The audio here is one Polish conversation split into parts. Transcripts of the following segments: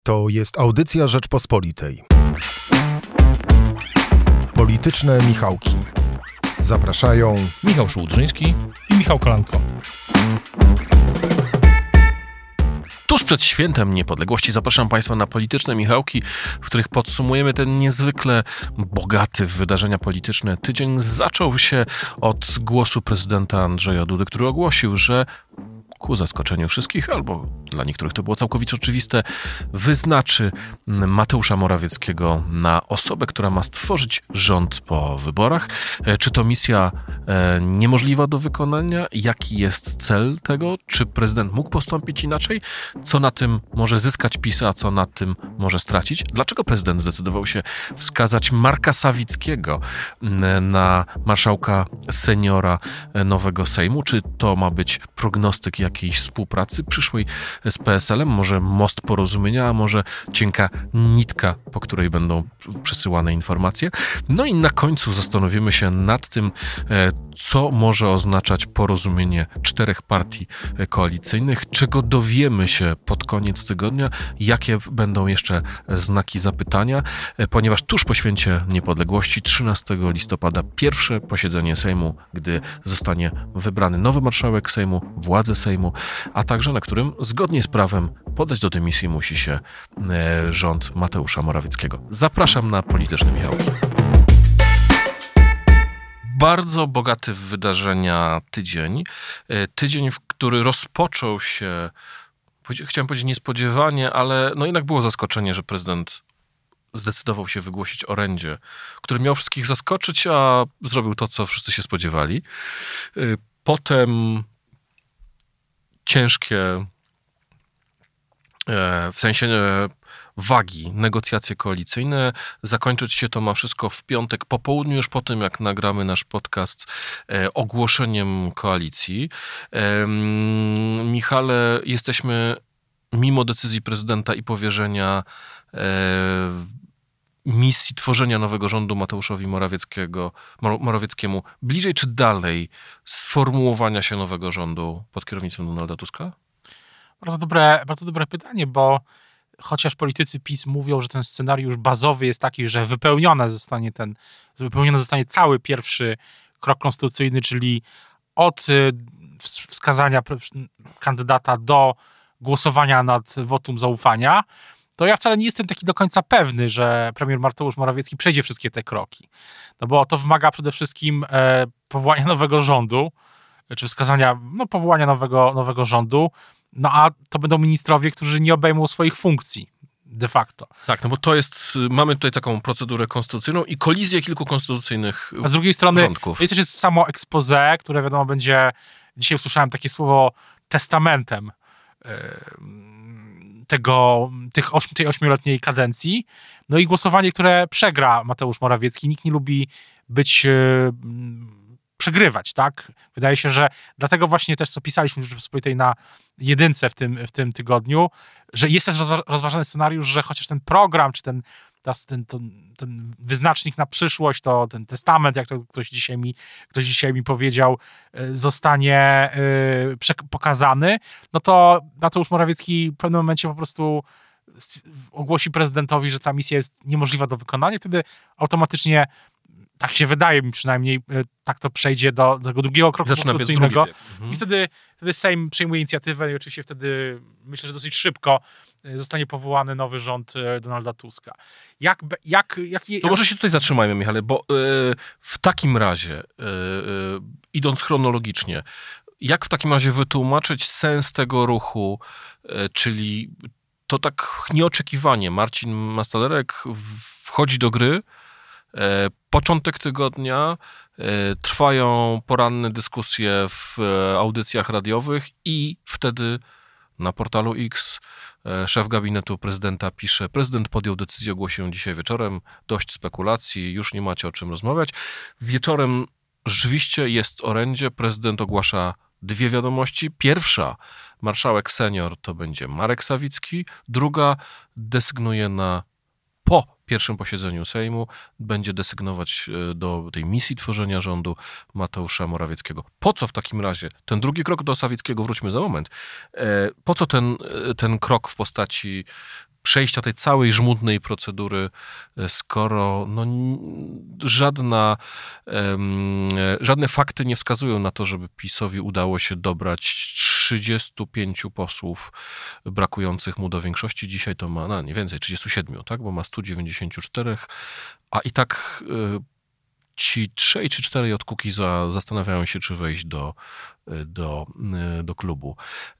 To jest audycja Rzeczpospolitej. Polityczne Michałki. Zapraszają Michał Szułdrzyński i Michał Kolanko. Tuż przed świętem niepodległości zapraszam Państwa na Polityczne Michałki, w których podsumujemy ten niezwykle bogaty w wydarzenia polityczne tydzień. Zaczął się od głosu prezydenta Andrzeja Dudy, który ogłosił, że ku zaskoczeniu wszystkich, albo dla niektórych to było całkowicie oczywiste, wyznaczy Mateusza Morawieckiego na osobę, która ma stworzyć rząd po wyborach. Czy to misja niemożliwa do wykonania? Jaki jest cel tego? Czy prezydent mógł postąpić inaczej? Co na tym może zyskać PiS, a co na tym może stracić? Dlaczego prezydent zdecydował się wskazać Marka Sawickiego na marszałka seniora nowego Sejmu? Czy to ma być prognostyk jakiejś współpracy przyszłej z PSL-em? Może most porozumienia, a może cienka nitka, po której będą przesyłane informacje? No i na końcu zastanowimy się nad tym, co może oznaczać porozumienie 4 partii koalicyjnych, czego dowiemy się pod koniec tygodnia, jakie będą jeszcze znaki zapytania, ponieważ tuż po święcie niepodległości, 13 listopada, pierwsze posiedzenie Sejmu, gdy zostanie wybrany nowy marszałek Sejmu, władze Sejmu, a także na którym zgodnie z prawem podać do dymisji musi się rząd Mateusza Morawieckiego. Zapraszam na Polityczne Michałki. Bardzo bogaty w wydarzenia tydzień. Tydzień, w który rozpoczął się, chciałem powiedzieć niespodziewanie, ale no jednak było zaskoczenie, że prezydent zdecydował się wygłosić orędzie, który miał wszystkich zaskoczyć, a zrobił to, co wszyscy się spodziewali. Potem ciężkie, w sensie wagi, negocjacje koalicyjne. Zakończyć się to ma wszystko w piątek po południu, już po tym, jak nagramy nasz podcast, ogłoszeniem koalicji. Michale, jesteśmy mimo decyzji prezydenta i powierzenia misji tworzenia nowego rządu Mateuszowi Morawieckiemu bliżej czy dalej sformułowania się nowego rządu pod kierownictwem Donalda Tuska? Bardzo dobre pytanie, bo chociaż politycy PiS mówią, że ten scenariusz bazowy jest taki, że wypełniony zostanie cały pierwszy krok konstytucyjny, czyli od wskazania kandydata do głosowania nad wotum zaufania, to ja wcale nie jestem taki do końca pewny, że premier Mateusz Morawiecki przejdzie wszystkie te kroki. No bo to wymaga przede wszystkim powołania nowego rządu, czy wskazania powołania nowego rządu, no a to będą ministrowie, którzy nie obejmą swoich funkcji de facto. Tak, no bo to jest, mamy tutaj taką procedurę konstytucyjną i kolizję kilku konstytucyjnych a z drugiej strony rządków. Też jest samo expose, które wiadomo będzie, dzisiaj usłyszałem takie słowo testamentem tej 8-letniej kadencji. No i głosowanie, które przegra Mateusz Morawiecki. Nikt nie lubi przegrywać, tak? Wydaje się, że dlatego właśnie też, co pisaliśmy w Rzeczypospolitej na jedynce w tym tygodniu, że jest też rozważany scenariusz, że chociaż ten program, czy ten wyznacznik na przyszłość, to ten testament, jak to ktoś dzisiaj mi powiedział, zostanie pokazany, no to Mateusz Morawiecki w pewnym momencie po prostu ogłosi prezydentowi, że ta misja jest niemożliwa do wykonania, wtedy automatycznie, tak się wydaje mi przynajmniej, tak to przejdzie do tego drugiego kroku konstytucyjnego. I wtedy Sejm przejmuje inicjatywę i oczywiście wtedy, myślę, że dosyć szybko zostanie powołany nowy rząd Donalda Tuska. To może się tutaj zatrzymajmy, Michale, bo w takim razie, idąc chronologicznie, jak w takim razie wytłumaczyć sens tego ruchu, czyli to tak nieoczekiwanie. Marcin Mastalerek wchodzi do gry, początek tygodnia, trwają poranne dyskusje w audycjach radiowych i wtedy na portalu X szef gabinetu prezydenta pisze: prezydent podjął decyzję, ogłosił dzisiaj wieczorem, dość spekulacji, już nie macie o czym rozmawiać. Wieczorem rzeczywiście jest orędzie, prezydent ogłasza 2 wiadomości. Pierwsza, marszałek senior to będzie Marek Sawicki, druga desygnuje po pierwszym posiedzeniu Sejmu, będzie desygnować do tej misji tworzenia rządu Mateusza Morawieckiego. Po co w takim razie ten drugi krok do Sawickiego? Wróćmy za moment. Po co ten krok w postaci przejścia tej całej żmudnej procedury, skoro żadne fakty nie wskazują na to, żeby PiS-owi udało się dobrać 35 posłów brakujących mu do większości. Dzisiaj to ma, nie więcej, 37, tak? Bo ma 194, a i tak ci 3 czy 4 od Kukiza zastanawiają się, czy wejść do klubu.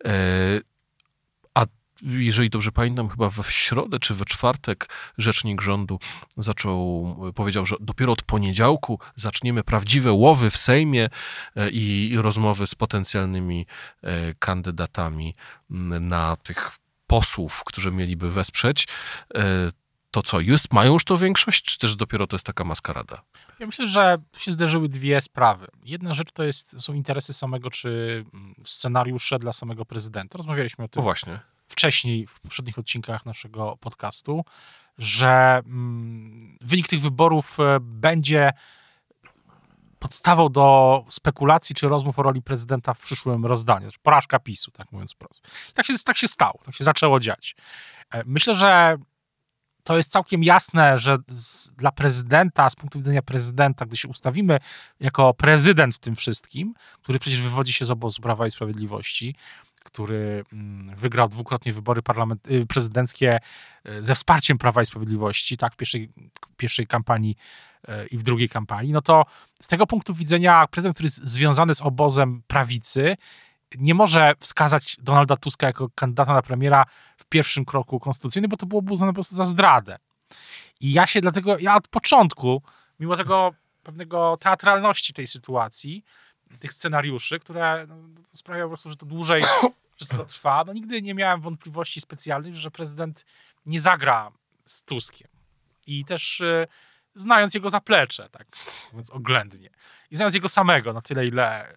A jeżeli dobrze pamiętam, chyba w środę czy we czwartek rzecznik rządu powiedział, że dopiero od poniedziałku zaczniemy prawdziwe łowy w Sejmie i rozmowy z potencjalnymi kandydatami na tych posłów, którzy mieliby wesprzeć. To co, mają już to większość, czy też dopiero to jest taka maskarada? Ja myślę, że tu się zderzyły dwie sprawy. Jedna rzecz są interesy czy scenariusze dla samego prezydenta. Rozmawialiśmy o tym wcześniej, w poprzednich odcinkach naszego podcastu, że wynik tych wyborów będzie podstawą do spekulacji czy rozmów o roli prezydenta w przyszłym rozdaniu. Porażka PiS-u, tak mówiąc wprost. Tak się stało, tak się zaczęło dziać. Myślę, że to jest całkiem jasne, że dla prezydenta, z punktu widzenia prezydenta, gdy się ustawimy jako prezydent w tym wszystkim, który przecież wywodzi się z obozu Prawa i Sprawiedliwości, który wygrał dwukrotnie wybory prezydenckie ze wsparciem Prawa i Sprawiedliwości, tak, w pierwszej kampanii i w drugiej kampanii, no to z tego punktu widzenia prezydent, który jest związany z obozem prawicy, nie może wskazać Donalda Tuska jako kandydata na premiera w pierwszym kroku konstytucyjnym, bo to byłoby uznane po prostu za zdradę. I ja od początku, mimo tego pewnego teatralności tej sytuacji, tych scenariuszy, które sprawiają po prostu, że to dłużej wszystko trwa, nigdy nie miałem wątpliwości specjalnych, że prezydent nie zagra z Tuskiem. I też znając jego zaplecze, tak mówiąc oględnie, i znając jego samego na tyle,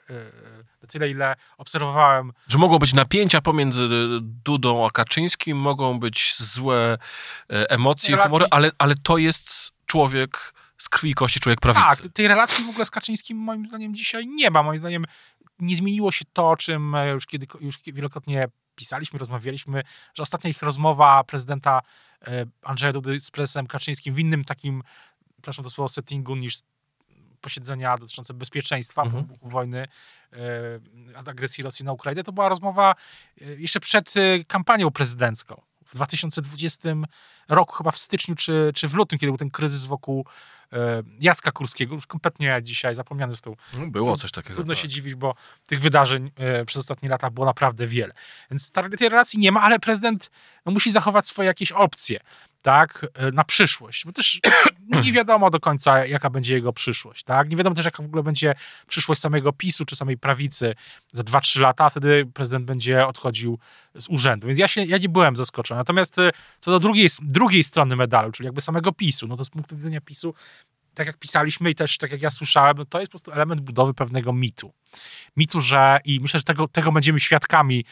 ile obserwowałem. Że mogą być napięcia pomiędzy Dudą a Kaczyńskim, mogą być złe emocje, humory, ale to jest człowiek z krwi i kości, człowiek prawicy. Tak, tej relacji w ogóle z Kaczyńskim moim zdaniem dzisiaj nie ma. Moim zdaniem nie zmieniło się to, o czym już wielokrotnie pisaliśmy, rozmawialiśmy, że ostatnia ich rozmowa prezydenta Andrzeja Dudy z prezesem Kaczyńskim w innym takim, przepraszam to słowo, settingu niż posiedzenia dotyczące bezpieczeństwa po wybuchu wojny, agresji Rosji na Ukrainę, to była rozmowa jeszcze przed kampanią prezydencką. W 2020 roku, chyba w styczniu czy w lutym, kiedy był ten kryzys wokół Jacka Kurskiego, już kompletnie dzisiaj zapomniany zresztą. Było coś takiego. Trudno się dziwić, bo tych wydarzeń przez ostatnie lata było naprawdę wiele. Więc tej relacji nie ma, ale prezydent musi zachować swoje jakieś opcje, tak, na przyszłość. Bo też nie wiadomo do końca, jaka będzie jego przyszłość, tak? Nie wiadomo też, jaka w ogóle będzie przyszłość samego PiS-u czy samej prawicy za 2-3 lata, a wtedy prezydent będzie odchodził z urzędu. Więc ja nie byłem zaskoczony. Natomiast co do drugiej strony medalu, czyli jakby samego PiS-u, no to z punktu widzenia PiS-u, tak jak pisaliśmy i też tak jak ja słyszałem, no to jest po prostu element budowy pewnego mitu. Mitu, i myślę, że tego będziemy świadkami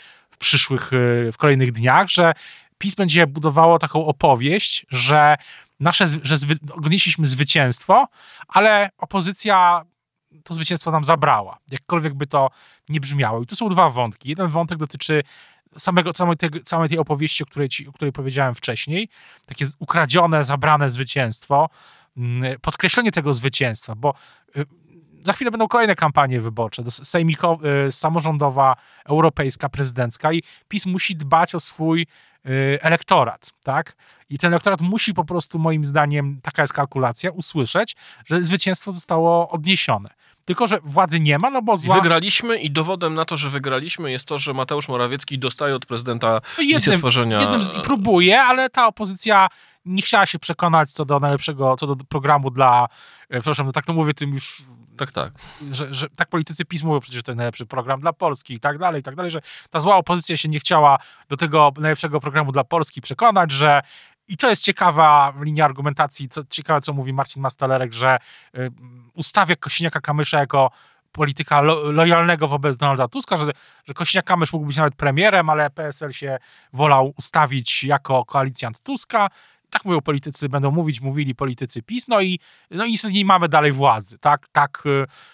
w kolejnych dniach, że PiS będzie budowało taką opowieść, że odnieśliśmy zwycięstwo, ale opozycja to zwycięstwo nam zabrała. Jakkolwiek by to nie brzmiało. I tu są dwa wątki. Jeden wątek dotyczy całej tej opowieści, o której powiedziałem wcześniej. Takie ukradzione, zabrane zwycięstwo. Podkreślenie tego zwycięstwa, bo za chwilę będą kolejne kampanie wyborcze, samorządowa, europejska, prezydencka i PiS musi dbać o swój elektorat, tak? I ten elektorat musi po prostu, moim zdaniem, taka jest kalkulacja, usłyszeć, że zwycięstwo zostało odniesione. Tylko że władzy nie ma, no bo Wygraliśmy i dowodem na to, że wygraliśmy jest to, że Mateusz Morawiecki dostaje od prezydenta misję tworzenia... I próbuje, ale ta opozycja nie chciała się przekonać co do programu dla... Przepraszam, tak to mówię tym już... Tak. Że tak politycy PiS mówią przecież, że to jest najlepszy program dla Polski i tak dalej, że ta zła opozycja się nie chciała do tego najlepszego programu dla Polski przekonać, że i to jest ciekawa linia argumentacji, ciekawe, co mówi Marcin Mastalerek, że ustawia Kosiniaka-Kamysza jako polityka lojalnego wobec Donalda Tuska, że Kosiniak-Kamysz mógł być nawet premierem, ale PSL się wolał ustawić jako koalicjant Tuska. Tak mówią politycy, będą mówili politycy PiS, no i niestety nie mamy dalej władzy. Tak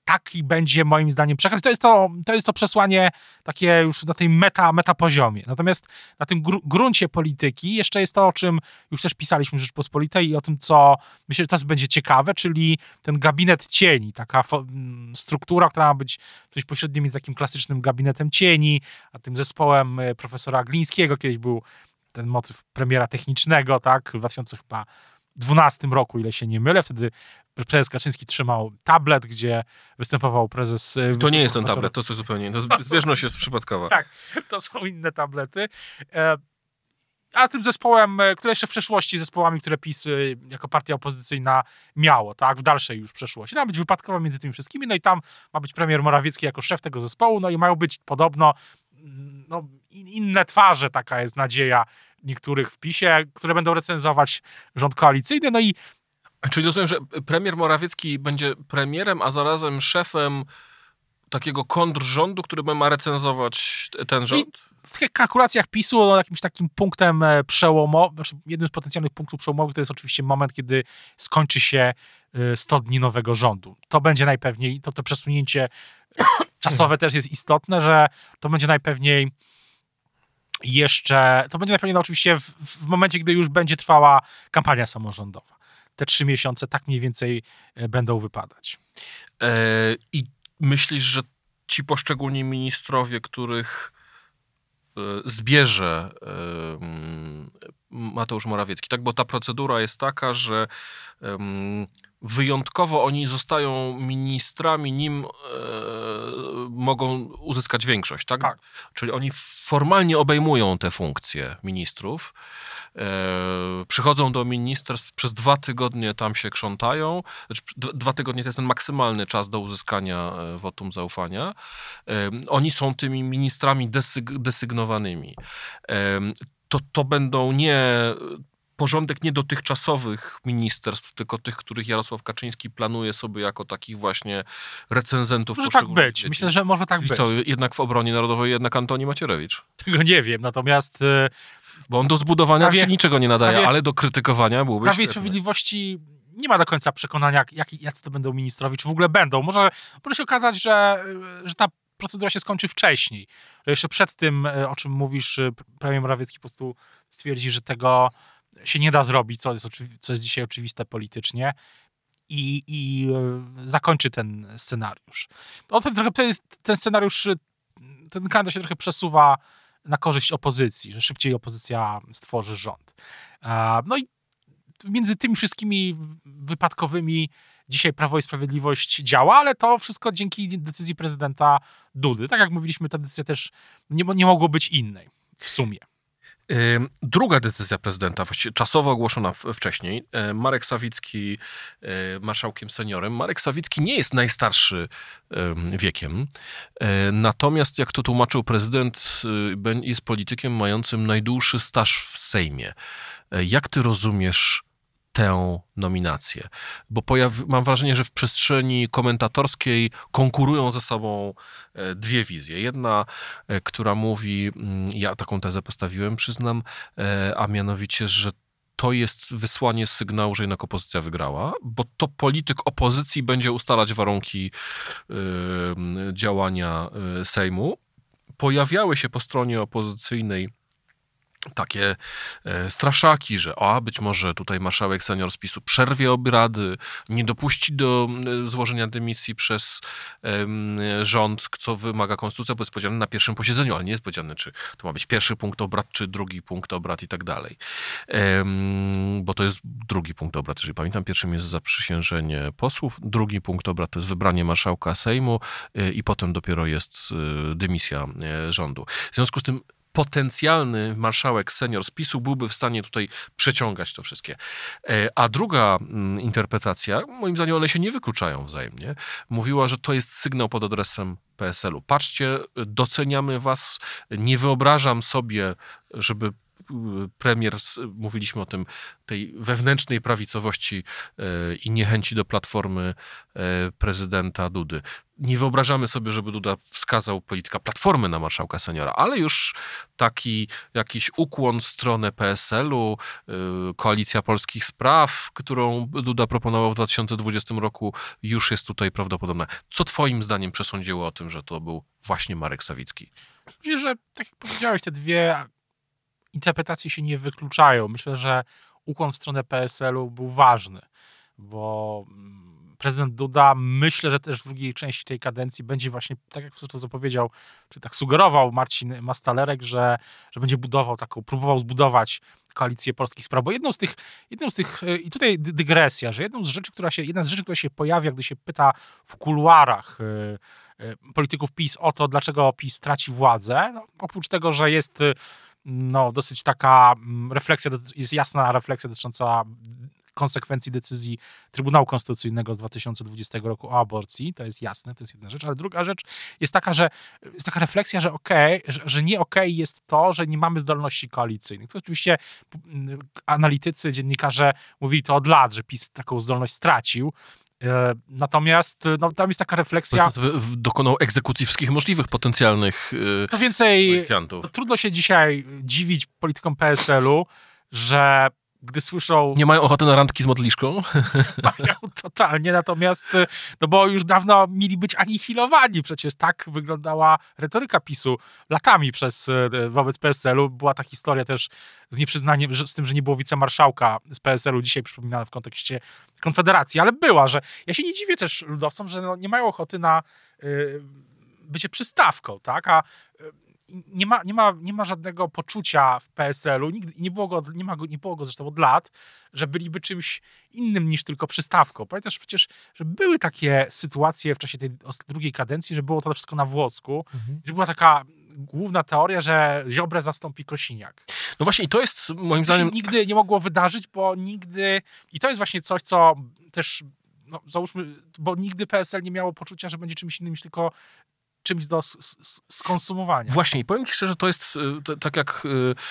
taki będzie moim zdaniem przekaz. To jest to przesłanie takie już na tej meta poziomie. Natomiast na tym gruncie polityki jeszcze jest to, o czym już też pisaliśmy w Rzeczpospolitej i o tym, co myślę, że teraz będzie ciekawe, czyli ten gabinet cieni, taka struktura, która ma być coś pośrednim między takim klasycznym gabinetem cieni, a tym zespołem profesora Glińskiego. Kiedyś był ten motyw premiera technicznego, tak, w 2012 roku, ile się nie mylę. Wtedy prezes Kaczyński trzymał tablet, gdzie występował prezes... To nie jest ten tablet, to coś zupełnie innego. Zbieżność jest przypadkowa. Tak, to są inne tablety. A z tym zespołem, które jeszcze w przeszłości, zespołami, które PiS jako partia opozycyjna miało, tak, w dalszej już przeszłości. Ma być wypadkowa między tymi wszystkimi, no i tam ma być premier Morawiecki jako szef tego zespołu, no i mają być podobno inne twarze, taka jest nadzieja niektórych w PiS-ie, które będą recenzować rząd koalicyjny, no i Czyli rozumiem, że premier Morawiecki będzie premierem, a zarazem szefem takiego kontrrządu, który ma recenzować ten rząd? W tych kalkulacjach PiS-u jakimś takim punktem przełomowym, znaczy jednym z potencjalnych punktów przełomowych to jest oczywiście moment, kiedy skończy się 100 dni nowego rządu. To będzie najpewniej, to przesunięcie czasowe też jest istotne, że to będzie najpewniej oczywiście w momencie, gdy już będzie trwała kampania samorządowa. Te 3 miesiące tak mniej więcej będą wypadać. I myślisz, że ci poszczególni ministrowie, których zbierze Mateusz Morawiecki, tak? Bo ta procedura jest taka, że wyjątkowo oni zostają ministrami, nim mogą uzyskać większość, tak? Tak. Czyli oni formalnie obejmują te funkcje ministrów, przychodzą do ministerstw, przez 2 tygodnie tam się krzątają, znaczy 2 tygodnie to jest ten maksymalny czas do uzyskania wotum zaufania. Oni są tymi ministrami desygnowanymi. To będą porządek nie dotychczasowych ministerstw, tylko tych, których Jarosław Kaczyński planuje sobie jako takich właśnie recenzentów może poszczególnych tak być. dzieci. Myślę, że może tak I być. co, jednak w obronie narodowej jednak Antoni Macierewicz? Tego nie wiem, natomiast Bo on do zbudowania się niczego nie nadaje, ale do krytykowania byłby Prawie i świetny. Sprawiedliwości nie ma do końca przekonania, jacy to będą ministrowie, czy w ogóle będą. Może się okazać, że ta procedura się skończy wcześniej. Że jeszcze przed tym, o czym mówisz, premier Morawiecki po prostu stwierdzi, że tego się nie da zrobić, co jest dzisiaj oczywiste politycznie i zakończy ten scenariusz. Ten scenariusz, ten kalendarz się trochę przesuwa na korzyść opozycji, że szybciej opozycja stworzy rząd. No i między tymi wszystkimi wypadkowymi dzisiaj Prawo i Sprawiedliwość działa, ale to wszystko dzięki decyzji prezydenta Dudy. Tak jak mówiliśmy, ta decyzja też nie mogło być innej w sumie. Druga decyzja prezydenta, właściwie czasowo ogłoszona wcześniej. Marek Sawicki marszałkiem seniorem. Marek Sawicki nie jest najstarszy wiekiem, natomiast jak to tłumaczył prezydent, jest politykiem mającym najdłuższy staż w Sejmie. Jak ty rozumiesz tę nominację? Bo mam wrażenie, że w przestrzeni komentatorskiej konkurują ze sobą 2 wizje. Jedna, która mówi, ja taką tezę postawiłem, przyznam, a mianowicie, że to jest wysłanie sygnału, że jednak opozycja wygrała, bo to polityk opozycji będzie ustalać warunki działania Sejmu. Pojawiały się po stronie opozycyjnej takie straszaki, że być może tutaj marszałek senior z PiS-u przerwie obrady, nie dopuści do złożenia dymisji przez rząd, co wymaga konstytucja, bo jest powiedziane na pierwszym posiedzeniu, ale nie jest powiedziane, czy to ma być pierwszy punkt obrad, czy drugi punkt obrad i tak dalej. Bo to jest drugi punkt obrad, jeżeli pamiętam. Pierwszym jest zaprzysiężenie posłów, drugi punkt obrad to jest wybranie marszałka Sejmu i potem dopiero jest dymisja rządu. W związku z tym potencjalny marszałek senior z PiS-u byłby w stanie tutaj przeciągać to wszystkie. A druga interpretacja, moim zdaniem one się nie wykluczają wzajemnie, mówiła, że to jest sygnał pod adresem PSL-u. Patrzcie, doceniamy was, nie wyobrażam sobie, żeby premier, mówiliśmy o tym, tej wewnętrznej prawicowości i niechęci do Platformy prezydenta Dudy. Nie wyobrażamy sobie, żeby Duda wskazał polityka Platformy na marszałka seniora, ale już taki jakiś ukłon w stronę PSL-u, Koalicja Polskich Spraw, którą Duda proponował w 2020 roku, już jest tutaj prawdopodobna. Co twoim zdaniem przesądziło o tym, że to był właśnie Marek Sawicki? Myślę, że tak jak powiedziałeś, te dwie interpretacje się nie wykluczają. Myślę, że ukłon w stronę PSL-u był ważny, bo prezydent Duda, myślę, że też w drugiej części tej kadencji będzie właśnie, tak jak to zapowiedział, czy tak sugerował Marcin Mastalerek, że będzie budował taką, próbował zbudować Koalicję Polskich Spraw, bo jedną z tych, i tutaj dygresja, że jedna z rzeczy, która się pojawia, gdy się pyta w kuluarach polityków PiS o to, dlaczego PiS traci władzę, no, oprócz tego, że jest dosyć taka refleksja, jest jasna refleksja dotycząca konsekwencji decyzji Trybunału Konstytucyjnego z 2020 roku o aborcji, to jest jasne, to jest jedna rzecz, ale druga rzecz jest taka, że jest taka refleksja, że że nie okej jest to, że nie mamy zdolności koalicyjnych. To oczywiście analitycy, dziennikarze mówili to od lat, że PiS taką zdolność stracił. Natomiast tam jest taka refleksja. Dokonał egzekucji wszystkich możliwych potencjalnych to więcej policjantów. To trudno się dzisiaj dziwić politykom PSL-u, że gdy słyszą... Nie mają ochoty na randki z modliszką? Mają totalnie, natomiast bo już dawno mieli być anihilowani. Przecież tak wyglądała retoryka PiS-u latami wobec PSL-u. Była ta historia też z nieprzyznaniem, z tym, że nie było wicemarszałka z PSL-u, dzisiaj przypominana w kontekście Konfederacji, ale była, że ja się nie dziwię też ludowcom, że nie mają ochoty na bycie przystawką, tak? A nie ma żadnego poczucia w PSL-u, nigdy nie było go zresztą od lat, że byliby czymś innym niż tylko przystawką. Pamiętasz przecież, że były takie sytuacje w czasie tej drugiej kadencji, że było to wszystko na włosku, że była taka główna teoria, że Ziobrę zastąpi Kosiniak. No właśnie i to jest moim zdaniem... To się nigdy nie mogło wydarzyć, bo nigdy... I to jest właśnie coś, co też, załóżmy, bo nigdy PSL nie miało poczucia, że będzie czymś innym niż tylko czymś do skonsumowania. Właśnie i powiem ci szczerze, to jest tak jak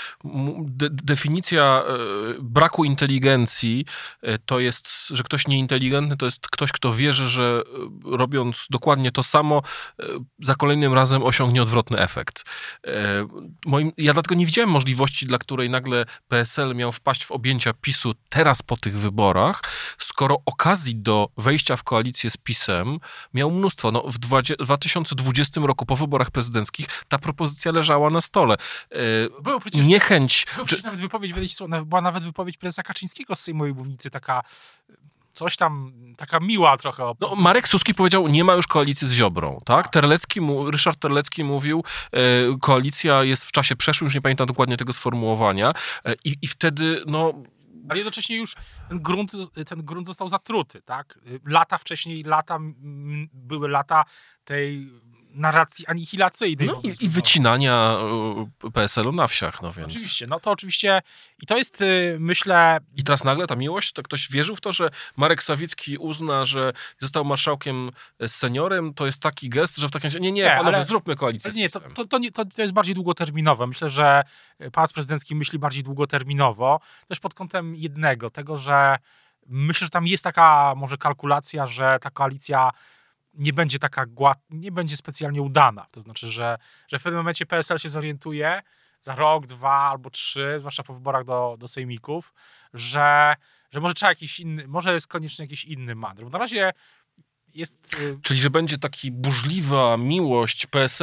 definicja braku inteligencji to jest, że ktoś nieinteligentny to jest ktoś, kto wierzy, że robiąc dokładnie to samo za kolejnym razem osiągnie odwrotny efekt. Ja dlatego nie widziałem możliwości, dla której nagle PSL miał wpaść w objęcia PiS-u teraz po tych wyborach, skoro okazji do wejścia w koalicję z PiS-em miał mnóstwo. W 2020 roku po wyborach prezydenckich ta propozycja leżała na stole. Niechęć... Była nawet wypowiedź prezesa Kaczyńskiego z sejmowej mównicy, taka coś tam, taka miła trochę. Marek Suski powiedział, nie ma już koalicji z Ziobrą, tak? Ryszard Terlecki mówił, koalicja jest w czasie przeszłym, już nie pamiętam dokładnie tego sformułowania i wtedy, ale jednocześnie już ten grunt został zatruty, tak? Były lata tej narracji anihilacyjnej. I wycinania PSL-u na wsiach, więc... Oczywiście, to oczywiście i to jest, myślę... I teraz nagle ta miłość, to ktoś wierzył w to, że Marek Sawicki uzna, że został marszałkiem seniorem, to jest taki gest, że w takim razie, panowie, zróbmy koalicję. Nie, to jest bardziej długoterminowe. Myślę, że Pałac Prezydencki myśli bardziej długoterminowo, też pod kątem tego, że myślę, że tam jest taka może kalkulacja, że ta koalicja nie będzie taka nie będzie specjalnie udana. To znaczy, że w pewnym momencie PSL się zorientuje za rok, 2 albo 3, zwłaszcza po wyborach do sejmików, że może trzeba może jest konieczny jakiś inny manewr. Bo na razie jest... Czyli, że będzie taki burzliwa miłość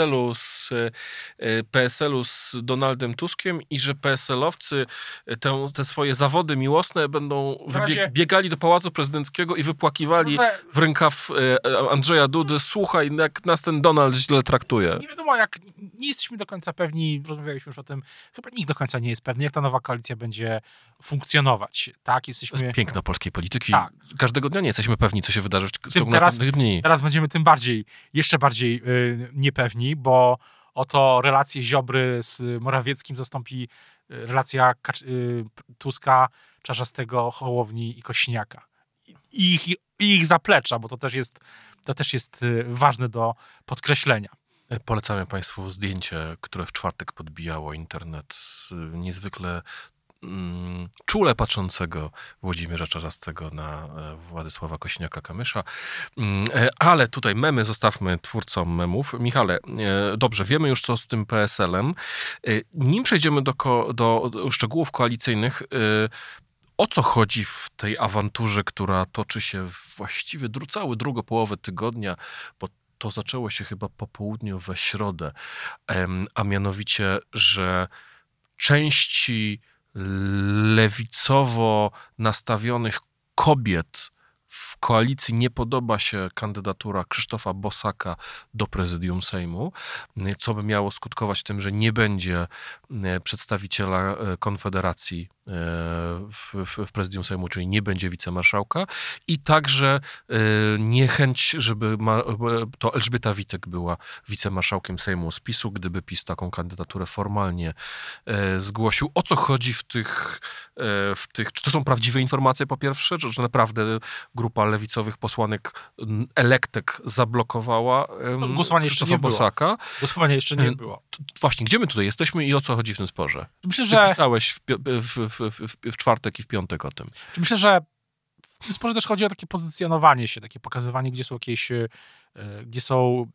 PSL-u z Donaldem Tuskiem i że PSL-owcy te swoje zawody miłosne będą biegali do Pałacu Prezydenckiego i wypłakiwali w rękaw Andrzeja Dudy, słuchaj, jak nas ten Donald źle traktuje. Nie wiadomo, nie jesteśmy do końca pewni, rozmawialiśmy już o tym, chyba nikt do końca nie jest pewny, jak ta nowa koalicja będzie funkcjonować. Tak, To jest piękno polskiej polityki. Tak. Każdego dnia nie jesteśmy pewni, co się wydarzy w ciągu następnych dni. Teraz będziemy jeszcze bardziej niepewni, bo oto relacje Ziobry z Morawieckim zastąpi relacja Tuska, Czarzastego, Hołowni i Kosiniaka. I ich zaplecza, bo to też jest ważne do podkreślenia. Polecamy Państwu zdjęcie, które w czwartek podbijało internet, niezwykle czule patrzącego Włodzimierza Czarzastego na Władysława Kosiniaka-Kamysza. Ale tutaj memy zostawmy twórcom memów. Michale, dobrze, wiemy już co z tym PSL-em. Nim przejdziemy do szczegółów koalicyjnych, o co chodzi w tej awanturze, która toczy się właściwie całą drugą połowę tygodnia, bo to zaczęło się chyba po południu we środę, a mianowicie, że części lewicowo nastawionych kobiet w koalicji nie podoba się kandydatura Krzysztofa Bosaka do prezydium Sejmu, co by miało skutkować tym, że nie będzie przedstawiciela Konfederacji w prezydium Sejmu, czyli nie będzie wicemarszałka, i także niechęć, żeby to Elżbieta Witek była wicemarszałkiem Sejmu z PiS-u, gdyby PiS taką kandydaturę formalnie zgłosił. O co chodzi w tych czy to są prawdziwe informacje po pierwsze, że naprawdę grupa lewicowych posłanek elektek zablokowała głosowanie jeszcze nie Bosaka? Było. Głosowanie jeszcze nie było. Właśnie, gdzie my tutaj jesteśmy i o co chodzi w tym sporze? Myślę, że pisałeś w czwartek i w piątek o tym. Myślę, że w tym sporze też chodzi o takie pozycjonowanie się, takie pokazywanie, gdzie są jakieś, gdzie są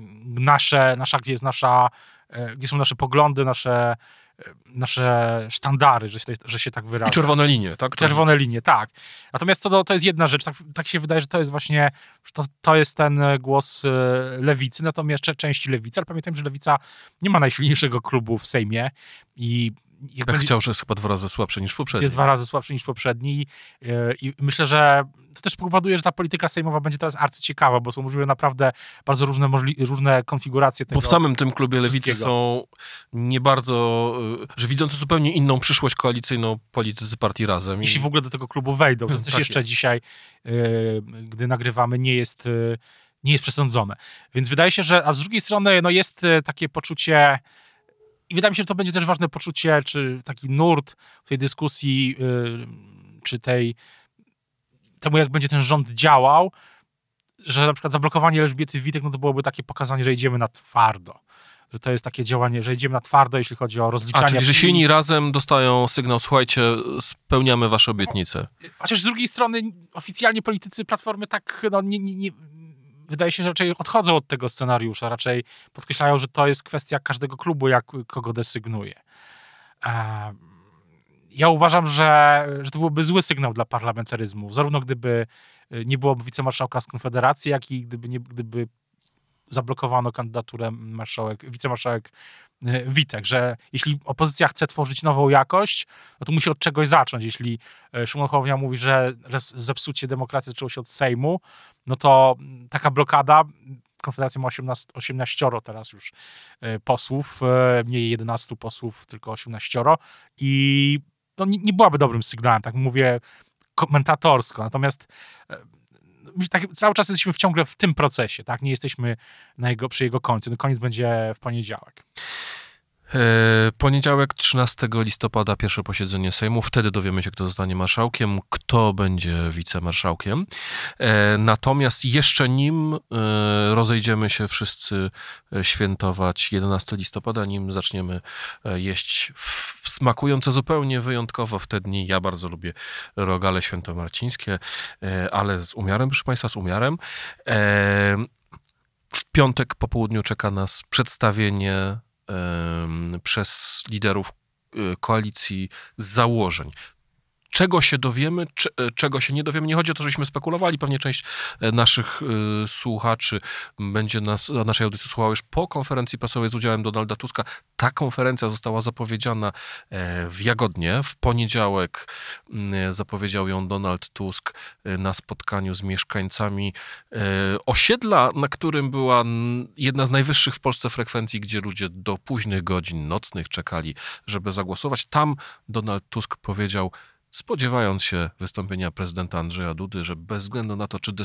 gdzie są nasze poglądy, nasze sztandary, że się tak wyrażę. I czerwone linie, tak? Czerwone linie, tak. Natomiast to jest jedna rzecz, tak się wydaje, że to jest właśnie, to jest ten głos lewicy, natomiast części lewicy, ale pamiętajmy, że lewica nie ma najsilniejszego klubu w Sejmie i chciał, że jest chyba 2 razy słabszy niż poprzedni. Jest 2 razy słabszy niż poprzedni i myślę, że to też powoduje, że ta polityka sejmowa będzie teraz arcyciekawa, bo są możliwe naprawdę bardzo różne konfiguracje tego. Bo w samym tym klubie lewicy są nie bardzo, że widzący zupełnie inną przyszłość koalicyjną politycy partii Razem. Jeśli w ogóle do tego klubu wejdą, to też tak jeszcze jest. Dzisiaj, gdy nagrywamy, nie jest przesądzone. Więc wydaje się, że a z drugiej strony jest takie poczucie. I wydaje mi się, że to będzie też ważne poczucie, czy taki nurt w tej dyskusji, czy temu, jak będzie ten rząd działał, że na przykład zablokowanie Elżbiety Witek, to byłoby takie pokazanie, że idziemy na twardo. Że to jest takie działanie, że idziemy na twardo, jeśli chodzi o rozliczanie. Czyli że silni Razem dostają sygnał, słuchajcie, spełniamy wasze obietnice. Chociaż z drugiej strony oficjalnie politycy Platformy tak nie wydaje się, że raczej odchodzą od tego scenariusza, raczej podkreślają, że to jest kwestia każdego klubu, kogo desygnuje. Ja uważam, że to byłby zły sygnał dla parlamentaryzmu, zarówno gdyby nie było wicemarszałka z Konfederacji, jak i gdyby zablokowano kandydaturę wicemarszałek Witek, że jeśli opozycja chce tworzyć nową jakość, to musi od czegoś zacząć. Jeśli Szymon Hołownia mówi, że zepsucie demokracji zaczęło się od Sejmu, to taka blokada, Konfederacja ma 18 teraz już posłów, nie 11 posłów, tylko 18 i nie byłaby dobrym sygnałem, tak mówię komentatorsko, natomiast tak, cały czas jesteśmy ciągle w tym procesie, tak? Nie jesteśmy przy jego końcu. Ten koniec będzie w poniedziałek. Poniedziałek, 13 listopada, pierwsze posiedzenie Sejmu. Wtedy dowiemy się, kto zostanie marszałkiem, kto będzie wicemarszałkiem. Natomiast jeszcze nim rozejdziemy się wszyscy świętować 11 listopada, nim zaczniemy jeść smakujące zupełnie wyjątkowo w te dni. Ja bardzo lubię rogale świętomarcińskie, ale z umiarem, proszę Państwa, z umiarem. W piątek po południu czeka nas przedstawienie przez liderów koalicji założeń. Czego się dowiemy, czego się nie dowiemy. Nie chodzi o to, żebyśmy spekulowali. Pewnie część naszych słuchaczy będzie naszej audycji słuchała już po konferencji prasowej z udziałem Donalda Tuska. Ta konferencja została zapowiedziana w Jagodnie. W poniedziałek zapowiedział ją Donald Tusk na spotkaniu z mieszkańcami osiedla, na którym była jedna z najwyższych w Polsce frekwencji, gdzie ludzie do późnych godzin nocnych czekali, żeby zagłosować. Tam Donald Tusk powiedział, spodziewając się wystąpienia prezydenta Andrzeja Dudy, że bez względu na to, czy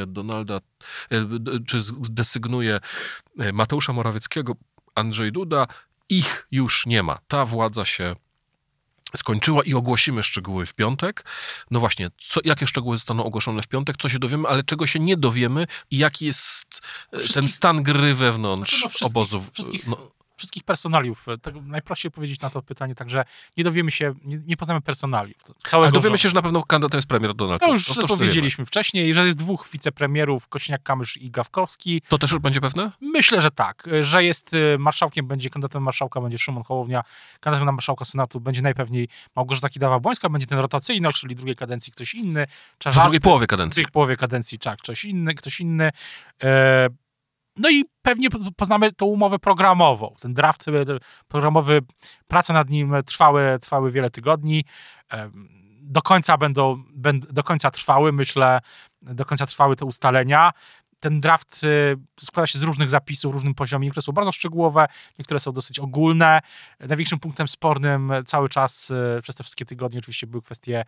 desygnuje Mateusza Morawieckiego Andrzej Duda, ich już nie ma. Ta władza się skończyła i ogłosimy szczegóły w piątek. No właśnie, jakie szczegóły zostaną ogłoszone w piątek, co się dowiemy, ale czego się nie dowiemy i jaki jest ten stan gry wewnątrz obozów. Wszystkich personaliów. Tak najprościej powiedzieć na to pytanie, także nie dowiemy się, nie poznamy personaliów. A dowiemy się, że na pewno kandydatem jest premier Donald Tusk. To już zresztą wiedzieliśmy wcześniej, że jest 2 wicepremierów, Kosiniak-Kamysz i Gawkowski. To też już będzie pewne? Myślę, że tak. Że jest marszałkiem, kandydatem marszałka będzie Szymon Hołownia, kandydatem na marszałka Senatu będzie najpewniej Małgorzata Kidawa-Błońska, będzie ten rotacyjny, czyli drugiej kadencji ktoś inny. W drugiej połowie kadencji. W drugiej połowie kadencji, tak, ktoś inny. No i pewnie poznamy tą umowę programową. Ten draft programowy, prace nad nim trwały wiele tygodni. Do końca trwały, myślę, te ustalenia. Ten draft składa się z różnych zapisów, w różnym poziomie. Niektóre są bardzo szczegółowe, niektóre są dosyć ogólne. Największym punktem spornym cały czas przez te wszystkie tygodnie oczywiście były kwestie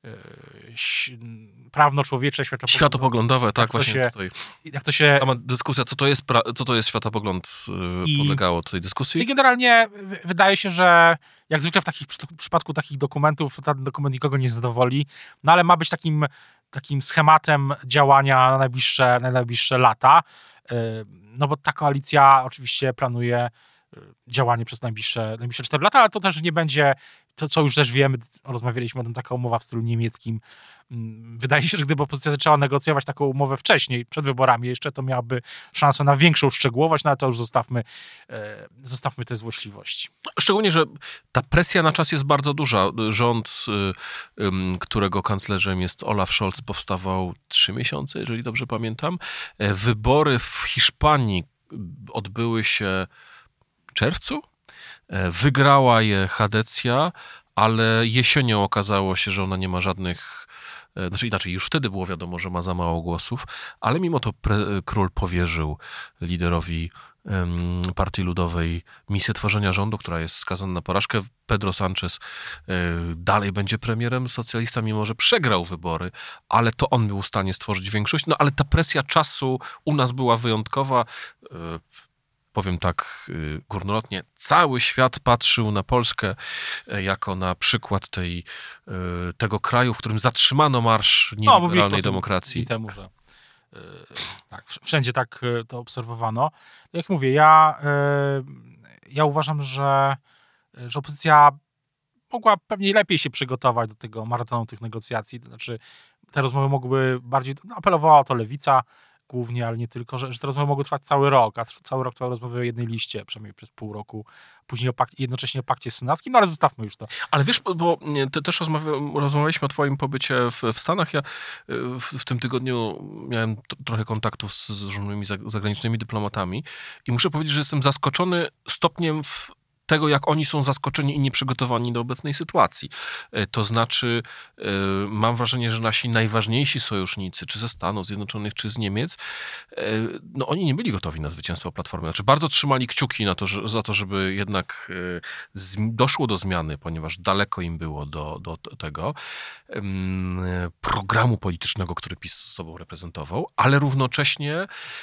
prawno-człowicze, światopoglądowe, tak, właśnie tutaj. Jak to się... Sama dyskusja, co to jest światopogląd, podlegało tej dyskusji. I generalnie wydaje się, że jak zwykle w przypadku takich dokumentów, ten dokument nikogo nie zadowoli, no ale ma być takim schematem działania na najbliższe lata, no bo ta koalicja oczywiście planuje działanie przez najbliższe 4 lata, ale to też nie będzie to, co już też wiemy, rozmawialiśmy o tym, taka umowa w stylu niemieckim. Wydaje się, że gdyby opozycja zaczęła negocjować taką umowę wcześniej, przed wyborami jeszcze, to miałaby szansę na większą szczegółowość, no ale to już zostawmy te złośliwości. Szczególnie, że ta presja na czas jest bardzo duża. Rząd, którego kanclerzem jest Olaf Scholz, powstawał 3 miesiące, jeżeli dobrze pamiętam. Wybory w Hiszpanii odbyły się w czerwcu. Wygrała je Hadecja, ale jesienią okazało się, że ona nie ma żadnych... Znaczy inaczej, już wtedy było wiadomo, że ma za mało głosów, ale mimo to król powierzył liderowi Partii Ludowej misję tworzenia rządu, która jest skazana na porażkę. Pedro Sánchez dalej będzie premierem, socjalista, mimo że przegrał wybory, ale to on był w stanie stworzyć większość. No ale ta presja czasu u nas była wyjątkowa. Powiem tak górnolotnie, cały świat patrzył na Polskę jako na przykład tego kraju, w którym zatrzymano marsz nieliberalnej demokracji. Temu, że tak, wszędzie tak to obserwowano. Jak mówię, ja uważam, że opozycja mogła pewnie lepiej się przygotować do tego maratonu tych negocjacji. To znaczy, te rozmowy mogłyby bardziej, apelowała o to Lewica, głównie, ale nie tylko, że te rozmowy mogły trwać cały rok, a cały rok trwały rozmowy o jednej liście, przynajmniej przez pół roku, później jednocześnie o pakcie senackim, no ale zostawmy już to. Ale wiesz, bo też rozmawialiśmy o twoim pobycie w Stanach. Ja w tym tygodniu miałem trochę kontaktów z różnymi zagranicznymi dyplomatami i muszę powiedzieć, że jestem zaskoczony stopniem tego, jak oni są zaskoczeni i nieprzygotowani do obecnej sytuacji. To znaczy, mam wrażenie, że nasi najważniejsi sojusznicy, czy ze Stanów Zjednoczonych, czy z Niemiec, no oni nie byli gotowi na zwycięstwo Platformy. Znaczy, bardzo trzymali kciuki za to, żeby jednak doszło do zmiany, ponieważ daleko im było do tego programu politycznego, który PiS z sobą reprezentował, ale równocześnie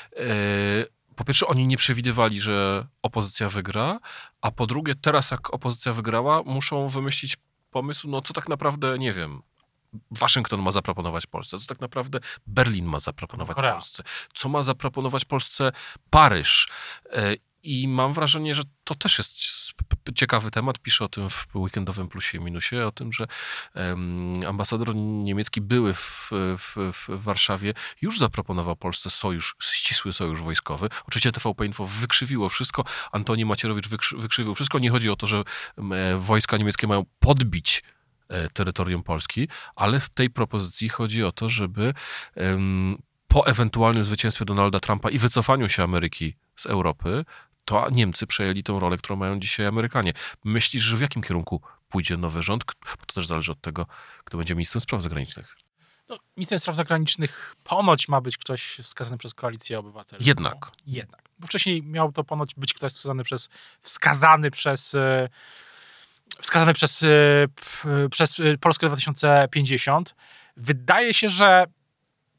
po pierwsze, oni nie przewidywali, że opozycja wygra, a po drugie, teraz jak opozycja wygrała, muszą wymyślić pomysł, no co tak naprawdę, nie wiem, Waszyngton ma zaproponować Polsce, co tak naprawdę Berlin ma zaproponować Polsce, co ma zaproponować Polsce Paryż. I mam wrażenie, że to też jest ciekawy temat. Piszę o tym w weekendowym Plusie i Minusie, o tym, że ambasador niemiecki były w Warszawie już zaproponował Polsce ścisły sojusz wojskowy. Oczywiście TVP Info wykrzywiło wszystko, Antoni Macierowicz wykrzywił wszystko. Nie chodzi o to, że wojska niemieckie mają podbić terytorium Polski, ale w tej propozycji chodzi o to, żeby po ewentualnym zwycięstwie Donalda Trumpa i wycofaniu się Ameryki z Europy, to Niemcy przejęli tą rolę, którą mają dzisiaj Amerykanie. Myślisz, że w jakim kierunku pójdzie nowy rząd? Bo to też zależy od tego, kto będzie ministrem spraw zagranicznych. No, ministrem spraw zagranicznych ponoć ma być ktoś wskazany przez Koalicję Obywatelską. Jednak. Bo wcześniej miał to ponoć być ktoś wskazany przez Polskę 2050. Wydaje się, że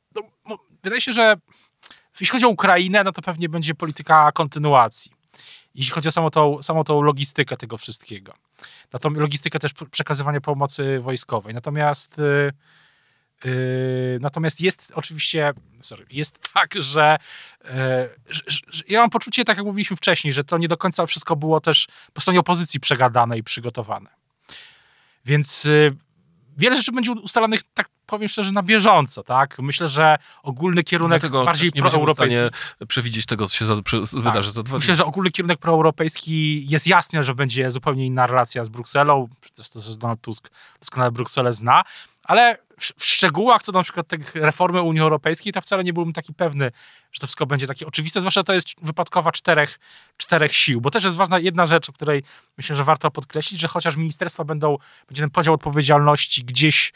jeśli chodzi o Ukrainę, no to pewnie będzie polityka kontynuacji. jeśli chodzi o samą tą logistykę tego wszystkiego. Na tą logistykę też przekazywania pomocy wojskowej. Natomiast jest oczywiście, jest tak, że ja mam poczucie, tak jak mówiliśmy wcześniej, że to nie do końca wszystko było też po stronie opozycji przegadane i przygotowane. Więc wiele rzeczy będzie ustalanych, tak powiem szczerze, na bieżąco, tak? Myślę, że ogólny kierunek bardziej proeuropejski. Nie przewidzieć tego, co się wydarzy za 2 dni. Myślę, że ogólny kierunek proeuropejski jest jasny, że będzie zupełnie inna relacja z Brukselą. Przecież to, że Donald Tusk doskonale Brukselę zna, ale w szczegółach, co na przykład tych reformy Unii Europejskiej, to wcale nie byłbym taki pewny, że to wszystko będzie takie oczywiste, zwłaszcza to jest wypadkowa czterech sił, bo też jest ważna jedna rzecz, o której myślę, że warto podkreślić, że chociaż ministerstwa będzie ten podział odpowiedzialności gdzieś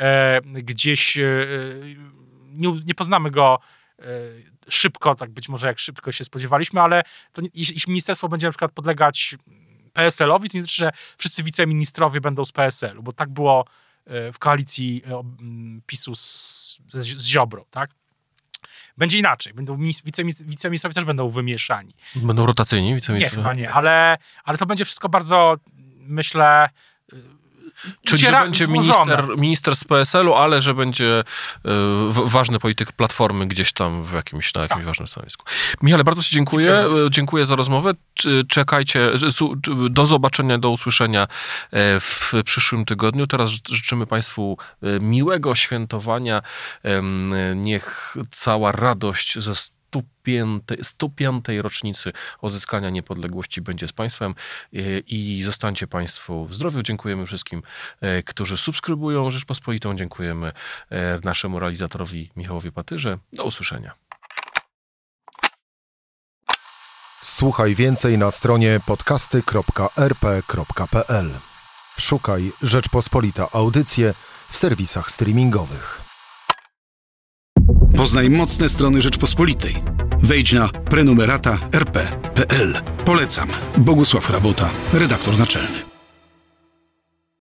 nie poznamy go szybko, tak być może jak szybko się spodziewaliśmy, ale to, jeśli ministerstwo będzie na przykład podlegać PSL-owi, to nie znaczy, że wszyscy wiceministrowie będą z PSL-u, bo tak było w koalicji PiS-u z Ziobrą, tak? Będzie inaczej. Wiceministrowie też będą wymieszani. Będą rotacyjni wiceministrowie? Nie, chyba nie, ale to będzie wszystko bardzo, myślę, czyli że będzie minister z PSL-u, ale że będzie ważny polityk Platformy gdzieś tam na jakimś ważnym stanowisku. Michale, bardzo ci dziękuję. Dziękuję za rozmowę. Czekajcie. Do zobaczenia, do usłyszenia w przyszłym tygodniu. Teraz życzymy Państwu miłego świętowania. Niech cała radość ze 105. rocznicy odzyskania niepodległości będzie z Państwem i zostańcie Państwu w zdrowiu. Dziękujemy wszystkim, którzy subskrybują Rzeczpospolitą. Dziękujemy naszemu realizatorowi Michałowi Patyrze. Do usłyszenia. Słuchaj więcej na stronie podcasty.rp.pl. Szukaj Rzeczpospolita Audycje w serwisach streamingowych. Poznaj mocne strony Rzeczpospolitej. Wejdź na prenumerata.rp.pl. Polecam. Bogusław Rabota, redaktor naczelny.